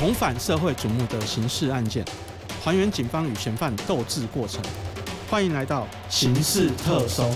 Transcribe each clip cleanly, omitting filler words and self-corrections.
重返社会瞩目的刑事案件，还原警方与嫌犯斗智过程。欢迎来到刑事特搜。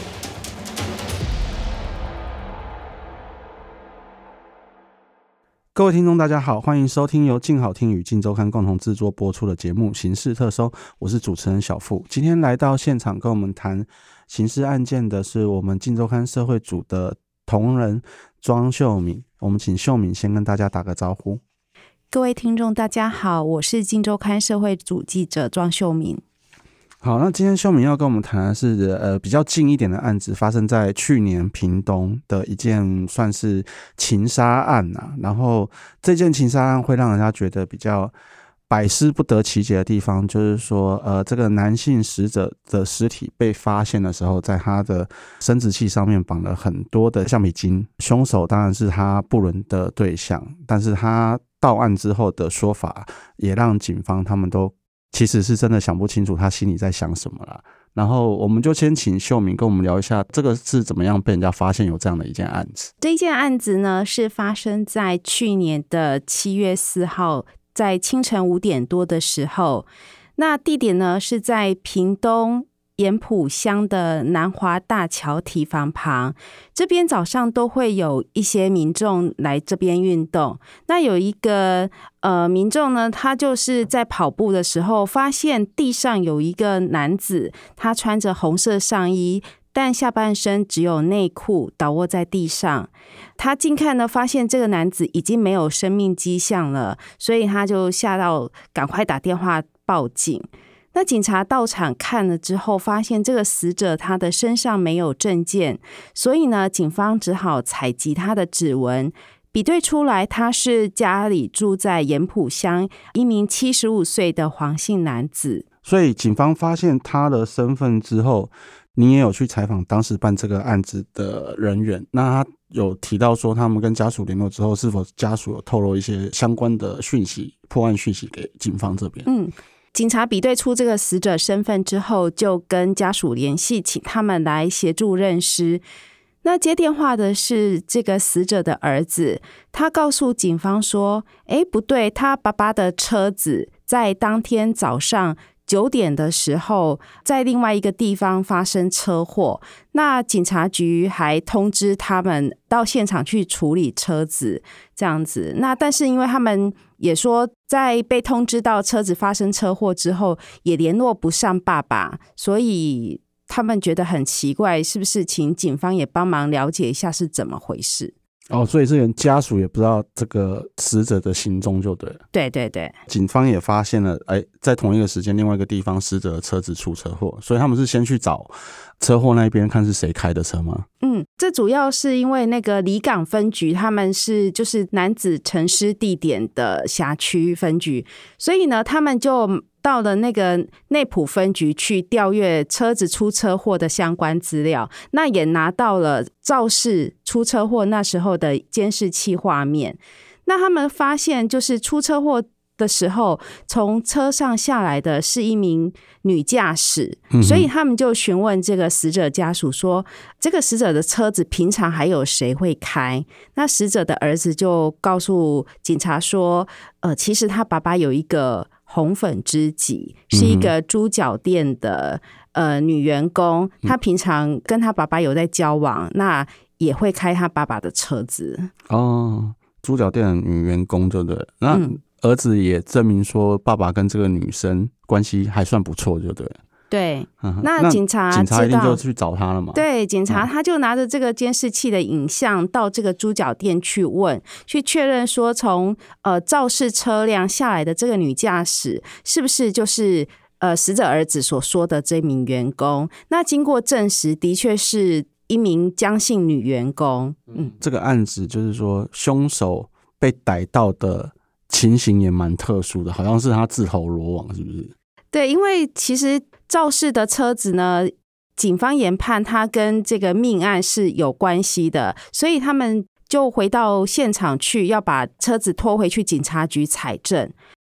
各位听众大家好，欢迎收听由静好听与静周刊共同制作播出的节目《刑事特搜》，我是主持人小富。今天来到现场跟我们谈刑事案件的是我们静周刊社会组的同仁庄秀敏，我们请秀敏先跟大家打个招呼。 各位听众大家好，我是静周刊社会组记者庄秀敏。 好，那今天秀敏要跟我们谈的是比较近一点的案子，发生在去年屏东的一件算是情杀案啊。然后这件情杀案会让人家觉得比较百思不得其解的地方，就是说这个男性死者的尸体被发现的时候，在他的生殖器上面绑了很多的橡皮筋，凶手当然是他不伦的对象，但是他到案之后的说法也让警方他们都其实是真的想不清楚他心里在想什么啦。然后我们就先请秀敏跟我们聊一下这个是怎么样被人家发现有这样的一件案子。 这件案子呢是发生在去年的7月4号，在清晨5点多的时候，那地点呢是在屏东盐埔乡的南华大桥堤防旁，这边早上都会有一些民众来这边运动。那有一个民众呢，他就是在跑步的时候发现地上有一个男子，他穿着红色上衣，但下半身只有内裤倒卧在地上。他近看呢，发现这个男子已经没有生命迹象了，所以他就吓到赶快打电话报警。那警察到场看了之后，发现这个死者他的身上没有证件，所以呢，警方只好采集他的指纹，比对出来他是家里住在盐埔乡一名75岁的黄姓男子。 所以警方发现他的身份之后，你也有去采访当时办这个案子的人员，那他有提到说他们跟家属联络之后，是否家属有透露一些相关的讯息、破案讯息给警方这边？ 警察比对出这个死者身份之后，就跟家属联系，请他们来协助认尸。那接电话的是这个死者的儿子，他告诉警方说，不对，他爸爸的车子在当天早上9点的时候在另外一个地方发生车祸，那警察局还通知他们到现场去处理车子这样子。那但是因为他们也说在被通知到车子发生车祸之后也联络不上爸爸，所以他们觉得很奇怪，是不是请警方也帮忙了解一下是怎么回事。 所以这个家属也不知道这个死者的行踪就对了。 对对对， 警方也发现了在同一个时间另外一个地方死者的车子出车祸，所以他们是先去找车祸那边看是谁开的车吗？ 这主要是因为那个离港分局他们是就是男子沉尸地点的辖区分局，所以呢他们就到了那个内埔分局去调阅车子出车祸的相关资料，那也拿到了肇事出车祸那时候的监视器画面。那他们发现就是出车祸的时候从车上下来的是一名女驾驶，所以他们就询问这个死者家属说，这个死者的车子平常还有谁会开？那死者的儿子就告诉警察说，其实他爸爸有一个红粉知己，是一个猪脚店的女员工，她平常跟她爸爸有在交往，那也会开她爸爸的车子。 猪脚店的女员工对不对？那儿子也证明说爸爸跟这个女生关系还算不错就对了。 对，那警察一定就去找他了嘛。 对，警察他就拿着这个监视器的影像到这个猪脚店去问，去确认说从肇事车辆下来的这个女驾驶是不是就是死者儿子所说的这名员工。那经过证实，的确是一名江姓女员工。 这个案子就是说凶手被逮到的情形也蛮特殊的，好像是他自投罗网，是不是？ 对，因为其实肇事的车子呢，警方研判他跟这个命案是有关系的，所以他们就回到现场去，要把车子拖回去警察局采证。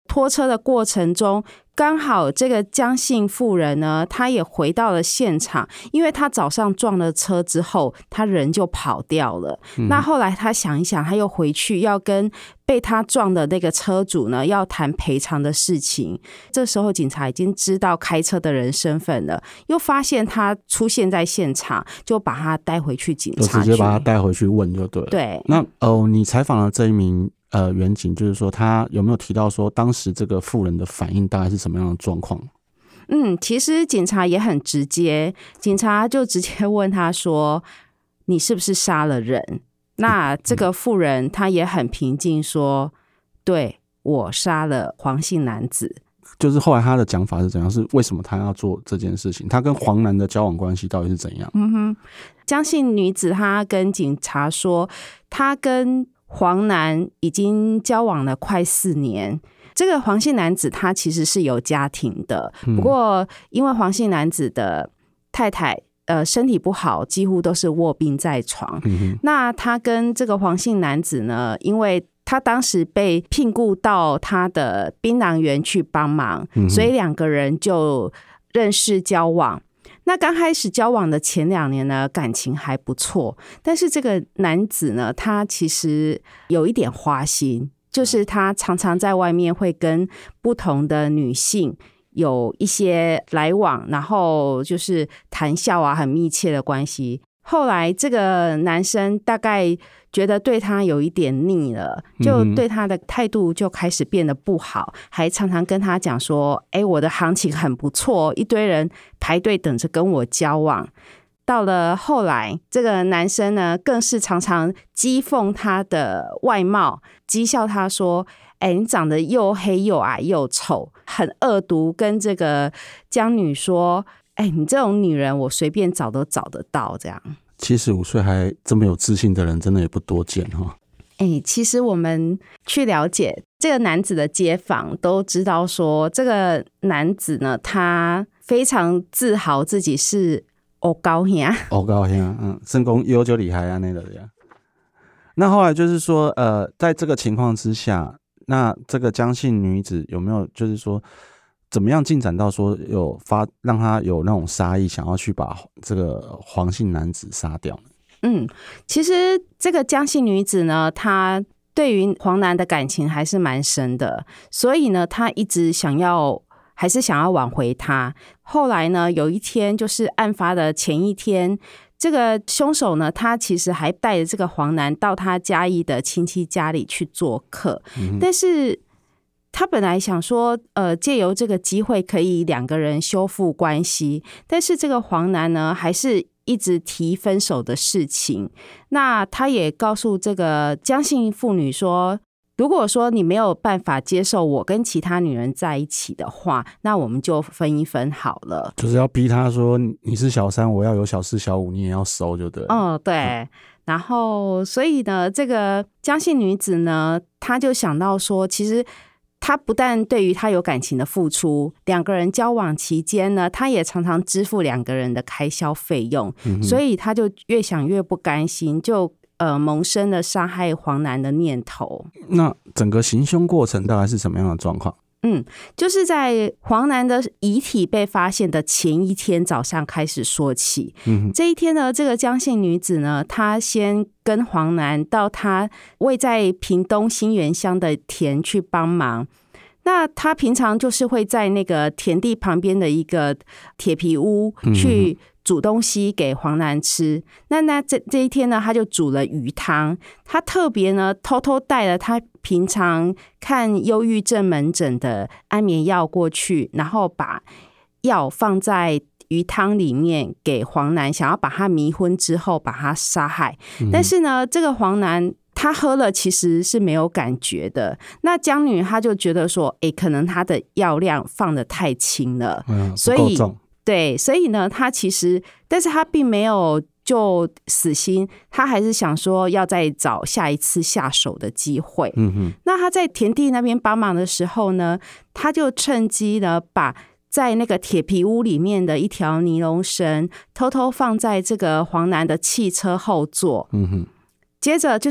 拖车的过程中，刚好这个江姓妇人呢，她也回到了现场，因为她早上撞了车之后，她人就跑掉了。那后来她想一想，她又回去要跟被她撞的那个车主呢，要谈赔偿的事情。这时候警察已经知道开车的人身份了，又发现他出现在现场，就把他带回去警察局， 就直接把他带回去问就对了。 对， 那你采访了这一名员警，就是说他有没有提到说当时这个妇人的反应大概是什么样的状况？ 其实警察也很直接，警察就直接问他说：“你是不是杀了人？”那这个妇人她也很平静说：“对，我杀了黄姓男子。” 就是后来他的讲法是怎样？是为什么他要做这件事情？他跟黄男的交往关系到底是怎样？ 江姓女子她跟警察说，她跟黄男已经交往了快4年。这个黄姓男子他其实是有家庭的，不过因为黄姓男子的太太身体不好，几乎都是卧病在床。那他跟这个黄姓男子呢，因为他当时被聘雇到他的槟榔园去帮忙，所以2个人就认识交往。那刚开始交往的前2年呢，感情还不错，但是这个男子呢，他其实有一点花心，就是他常常在外面会跟不同的女性有一些来往，然后就是谈笑啊，很密切的关系。后来这个男生大概觉得对他有一点腻了，就对他的态度就开始变得不好，还常常跟他讲说：“我的行情很不错，一堆人排队等着跟我交往。”到了后来，这个男生呢，更是常常讥讽他的外貌，讥笑他说：“你长得又黑又矮又丑，很恶毒。”跟这个江女说：“你这种女人，我随便找都找得到。”这样 ，75岁还这么有自信的人，真的也不多见哈。 其实我们去了解这个男子的街访，都知道说，这个男子呢，他非常自豪自己是黑高兄， 身功优就厉害啊那个呀。那后来就是说，在这个情况之下，那这个江姓女子有没有就是说？怎么样进展到说让他有那种杀意，想要去把这个黄姓男子杀掉呢？ 其实这个江姓女子呢，她对于黄男的感情还是蛮深的，所以呢，她一直还是想要挽回他。后来呢，有一天就是案发的前一天，这个凶手呢，他其实还带着这个黄男到他嘉义的亲戚家里去做客，但是他本来想说，借由这个机会可以2个人修复关系，但是这个黄男呢，还是一直提分手的事情。那他也告诉这个江姓妇女说，如果说你没有办法接受我跟其他女人在一起的话，那我们就分一分好了。 就是要逼他说，你是小3，我要有小4、小5，你也要收就对了。 对。然后，所以呢，这个江姓女子呢，她就想到说，其实他不但对于他有感情的付出，2个人交往期间呢，他也常常支付2个人的开销费用，所以他就越想越不甘心，就萌生了杀害黄男的念头。 那整个行凶过程大概是什么样的状况？ 就是在黄男的遗体被发现的前一天早上开始说起。这一天呢，这个江姓女子呢，她先跟黄男到她位在屏东新园乡的田去帮忙。那她平常就是会在那个田地旁边的一个铁皮屋去煮东西给黄男吃。那这一天呢，他就煮了鱼汤。他特别呢偷偷带了他平常看忧郁症门诊的安眠药过去，然后把药放在鱼汤里面给黄男，想要把他迷昏之后把他杀害。但是呢，这个黄男他喝了其实是没有感觉的。那江女他就觉得说，可能他的药量放得太轻了，所以对，所以呢，他其实，但是他并没有就死心，他还是想说要再找下一次下手的机会。那他在田地那边帮忙的时候呢，他就趁机呢把在那个铁皮屋里面的一条尼龙绳偷偷放在这个黄男的汽车后座。接着就是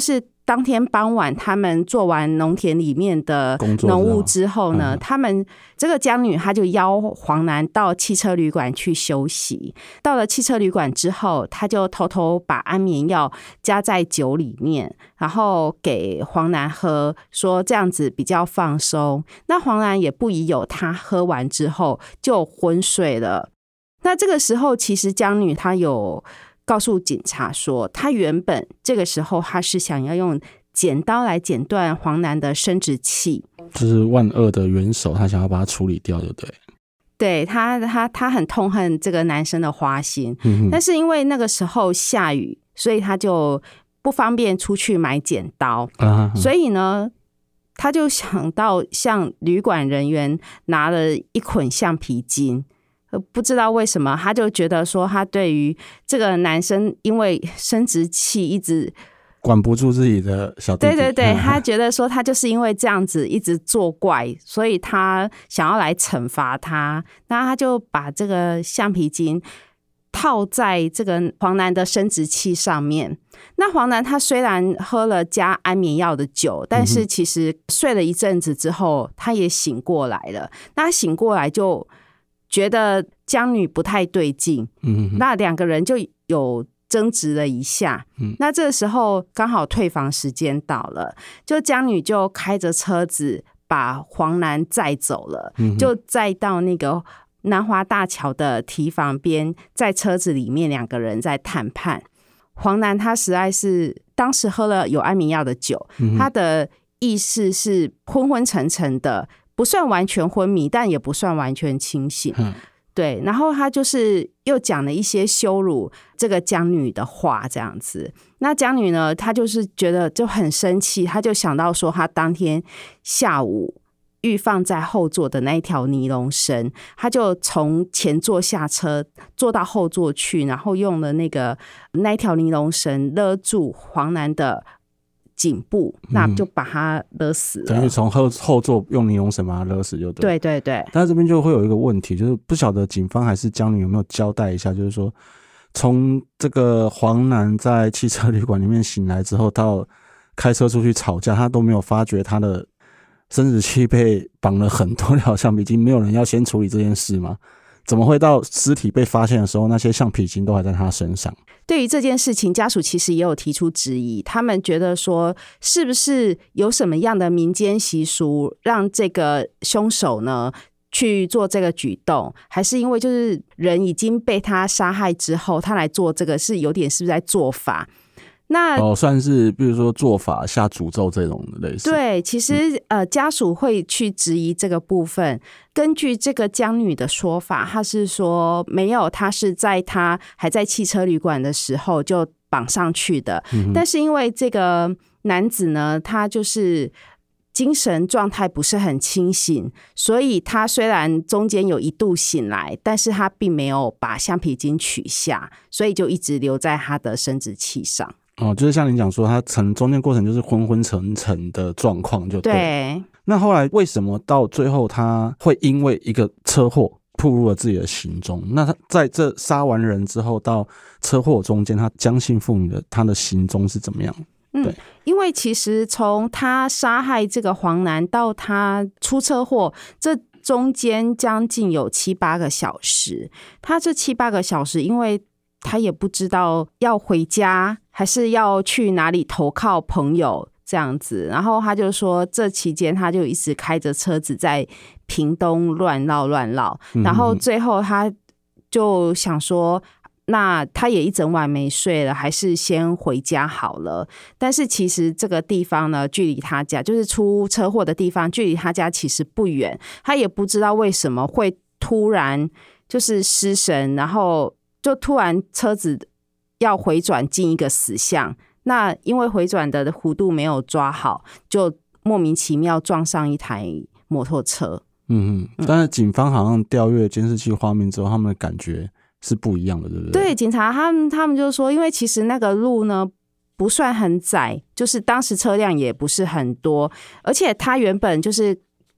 当天傍晚，他们做完农田里面的农务之后呢，他们这个江女她就邀黄男到汽车旅馆去休息。到了汽车旅馆之后，她就偷偷把安眠药加在酒里面，然后给黄男喝，说这样子比较放松。那黄男也不疑有他，喝完之后就昏睡了。那这个时候，其实江女她有告诉警察说，他原本这个时候他是想要用剪刀来剪断黄男的生殖器， 就是万恶的元首，他想要把它处理掉，对不对？ 对，他很痛恨这个男生的花心，但是因为那个时候下雨，所以他就不方便出去买剪刀，所以呢，他就想到向旅馆人员拿了一捆橡皮筋。不知道为什么，他就觉得说，他对于这个男生因为生殖器一直管不住自己的小弟弟， 对对对，他觉得说他就是因为这样子一直作怪，所以他想要来惩罚他。那他就把这个橡皮筋套在这个黄男的生殖器上面。那黄男他虽然喝了加安眠药的酒，但是其实睡了一阵子之后，他也醒过来了。那他醒过来就觉得江女不太对劲，那两个人就有争执了一下，那这个时候刚好退房时间到了，就江女就开着车子把黄男载走了，就载到那个南华大桥的堤防边，在车子里面两个人在谈判。黄男他实在是当时喝了有安眠药的酒，他的意识是昏昏沉沉的，不算完全昏迷，但也不算完全清醒。对，然后他就是又讲了一些羞辱这个江女的话，这样子。那江女呢，她就是觉得就很生气，她就想到说，她当天下午预放在后座的那一条尼龙绳，她就从前座下车，坐到后座去，然后用了那一条尼龙绳勒住黄男的颈部，那就把他勒死了， 等于从后座用尼龙绳把他勒死就对。 对对对。 但是这边就会有一个问题，就是不晓得警方还是江女有没有交代一下，就是说从这个黄男在汽车旅馆里面醒来之后，到开车出去吵架，他都没有发觉他的生殖器被绑了很多条橡皮筋，没有人要先处理这件事吗？怎么会到尸体被发现的时候，那些橡皮筋都还在他身上？ 对于这件事情，家属其实也有提出质疑，他们觉得说，是不是有什么样的民间习俗让这个凶手呢去做这个举动，还是因为就是人已经被他杀害之后，他来做这个是有点是不是在做法？那算是比如说做法下诅咒这种类似。 对，其实家属会去质疑这个部分。根据这个江女的说法，她是说没有，她是在她还在汽车旅馆的时候就绑上去的。但是因为这个男子呢，他就是精神状态不是很清醒，所以他虽然中间有一度醒来，但是他并没有把橡皮筋取下，所以就一直留在他的生殖器上。 就是像你讲说，他中间过程就是昏昏沉沉的状况，就 对。那后来为什么到最后他会因为一个车祸暴露了自己的行踪？那他在这杀完人之后到车祸中间，他江姓妇女的他的行踪是怎么样？对， 因为其实从他杀害这个黄男到他出车祸，这中间将近有7-8个小时。他这7-8个小时，因为他也不知道要回家还是要去哪里投靠朋友这样子，然后他就说这期间他就一直开着车子在屏东乱绕，然后最后他就想说，那他也一整晚没睡了，还是先回家好了。但是其实这个地方呢，距离他家就是出车祸的地方，距离他家其实不远。他也不知道为什么会突然就是失神，然后就突然车子要回转进一个死巷，那因为回转的弧度没有抓好，就莫名其妙撞上一台摩托车。 但是警方好像调阅监视器画面之后，他们的感觉是不一样的，对不对？ 对，警察他们就说，因为其实那个路呢不算很窄，就是当时车辆也不是很多，而且他原本就是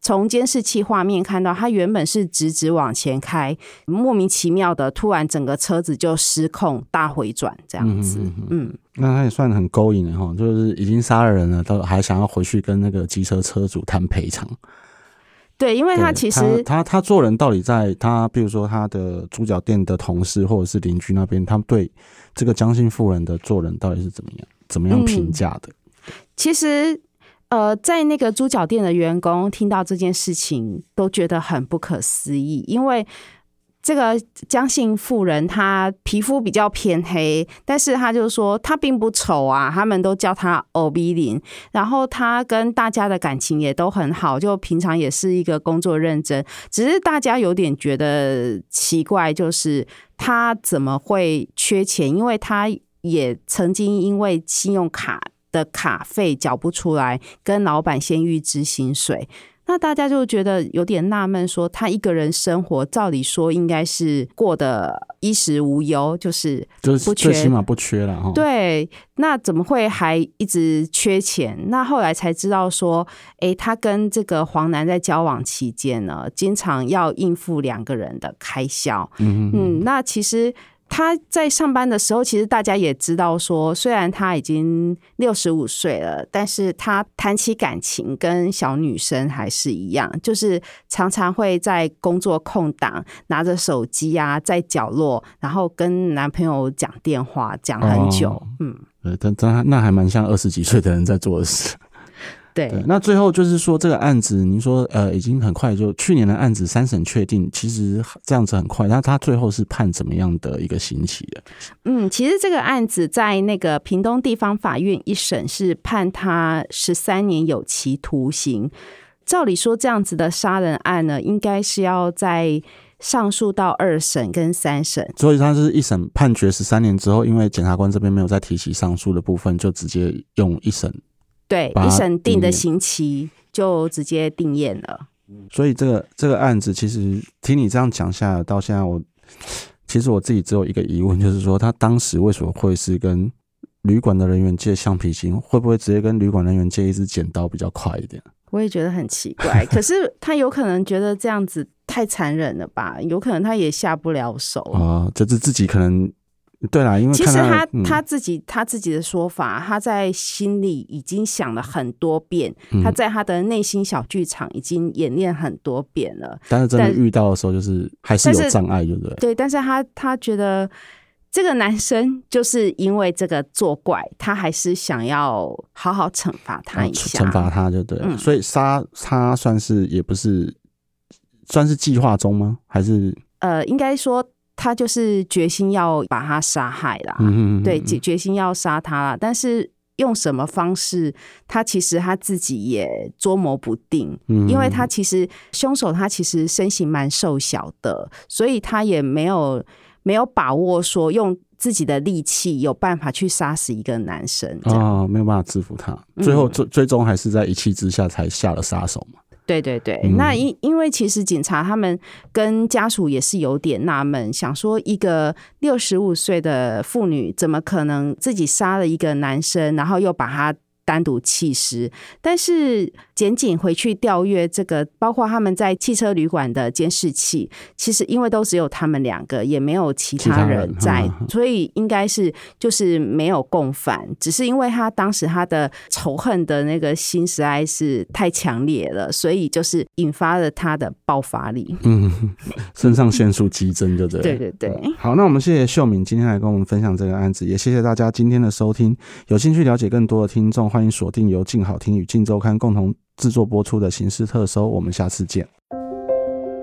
从监视器画面看到，他原本是直直往前开，莫名其妙的突然整个车子就失控大回转这样子。 那他也算很勾引的哈，就是已经杀了人了，都还想要回去跟那个机车车主谈赔偿。 对，因为他其实他做人到底在他，比如说他的猪脚店的同事或者是邻居那边，他们对这个江姓妇人的做人到底是怎么样评价的？ 其实在那个猪脚店的员工听到这件事情都觉得很不可思议，因为这个江姓妇人她皮肤比较偏黑，但是她就说她并不丑啊，他们都叫她欧比林，然后她跟大家的感情也都很好，就平常也是一个工作认真，只是大家有点觉得奇怪，就是她怎么会缺钱，因为她也曾经因为信用卡的卡费缴不出来，跟老板先预支薪水。那大家就觉得有点纳闷，说他一个人生活，照理说应该是过得衣食无忧，就是不缺， 最起码不缺了哈。 对，那怎么会还一直缺钱？那后来才知道说，他跟这个黄男在交往期间呢，经常要应付2个人的开销。那其实他在上班的时候，其实大家也知道说，虽然他已经65岁了，但是他谈起感情跟小女生还是一样，就是常常会在工作空档拿着手机啊，在角落，然后跟男朋友讲电话，讲很久。 那还蛮像20几岁的人在做的事。对，那最后就是说这个案子，您说已经很快就去年的案子3审确定，其实这样子很快，那他最后是判怎么样的一个刑期的？ 其实这个案子在那个屏东地方法院一审是判他13年有期徒刑。照理说这样子的杀人案呢，应该是要在上诉到2审跟3审， 所以他是一审判决13年之后，因为检察官这边没有再提起上诉的部分，就直接用一审。 对，一审定的刑期就直接定验了。 所以这个案子，其实听你这样讲下来，到现在其实我自己只有一个疑问，就是说他当时为什么会是跟旅馆的人员借橡皮筋，会不会直接跟旅馆人员借一支剪刀比较快一点？ 我也觉得很奇怪，可是他有可能觉得这样子太残忍了吧？有可能他也下不了手就是自己可能。对啦，因为其实他自己的说法，他在心里已经想了很多遍，他在他的内心小剧场已经演练很多遍了。 但是真的遇到的时候，就是还是有障碍，对不对？ 对，但是他觉得这个男生就是因为这个作怪，他还是想要好好惩罚他一下， 惩罚他就对了。所以杀他算是也不是算是计划中吗？还是应该说。他就是决心要把他杀害啦，对，决心要杀他啦。但是用什么方式，他其实他自己也捉摸不定，因为他其实凶手他其实身形蛮瘦小的，所以他也没有把握说用自己的力气有办法去杀死一个男生没有办法制服他，最后最终还是在一气之下才下了杀手嘛。 对对对，那因为其实警察他们跟家属也是有点纳闷，想说一个65岁的妇女怎么可能自己杀了一个男生，然后又把他单独弃尸？但是检警回去调阅这个，包括他们在汽车旅馆的监视器，其实因为都只有他们2个，也没有其他人在，所以应该是就是没有共犯，只是因为他当时他的仇恨的那个心实在是太强烈了，所以就是引发了他的爆发力。 肾上腺素激增，对不对？ 对对对。 好，那我们谢谢秀敏今天来跟我们分享这个案子，也谢谢大家今天的收听。有兴趣了解更多的听众，欢迎锁定由静好听与静周刊共同制作播出的刑事特搜，我们下次见。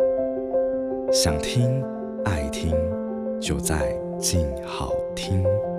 想听爱听，就在静好听。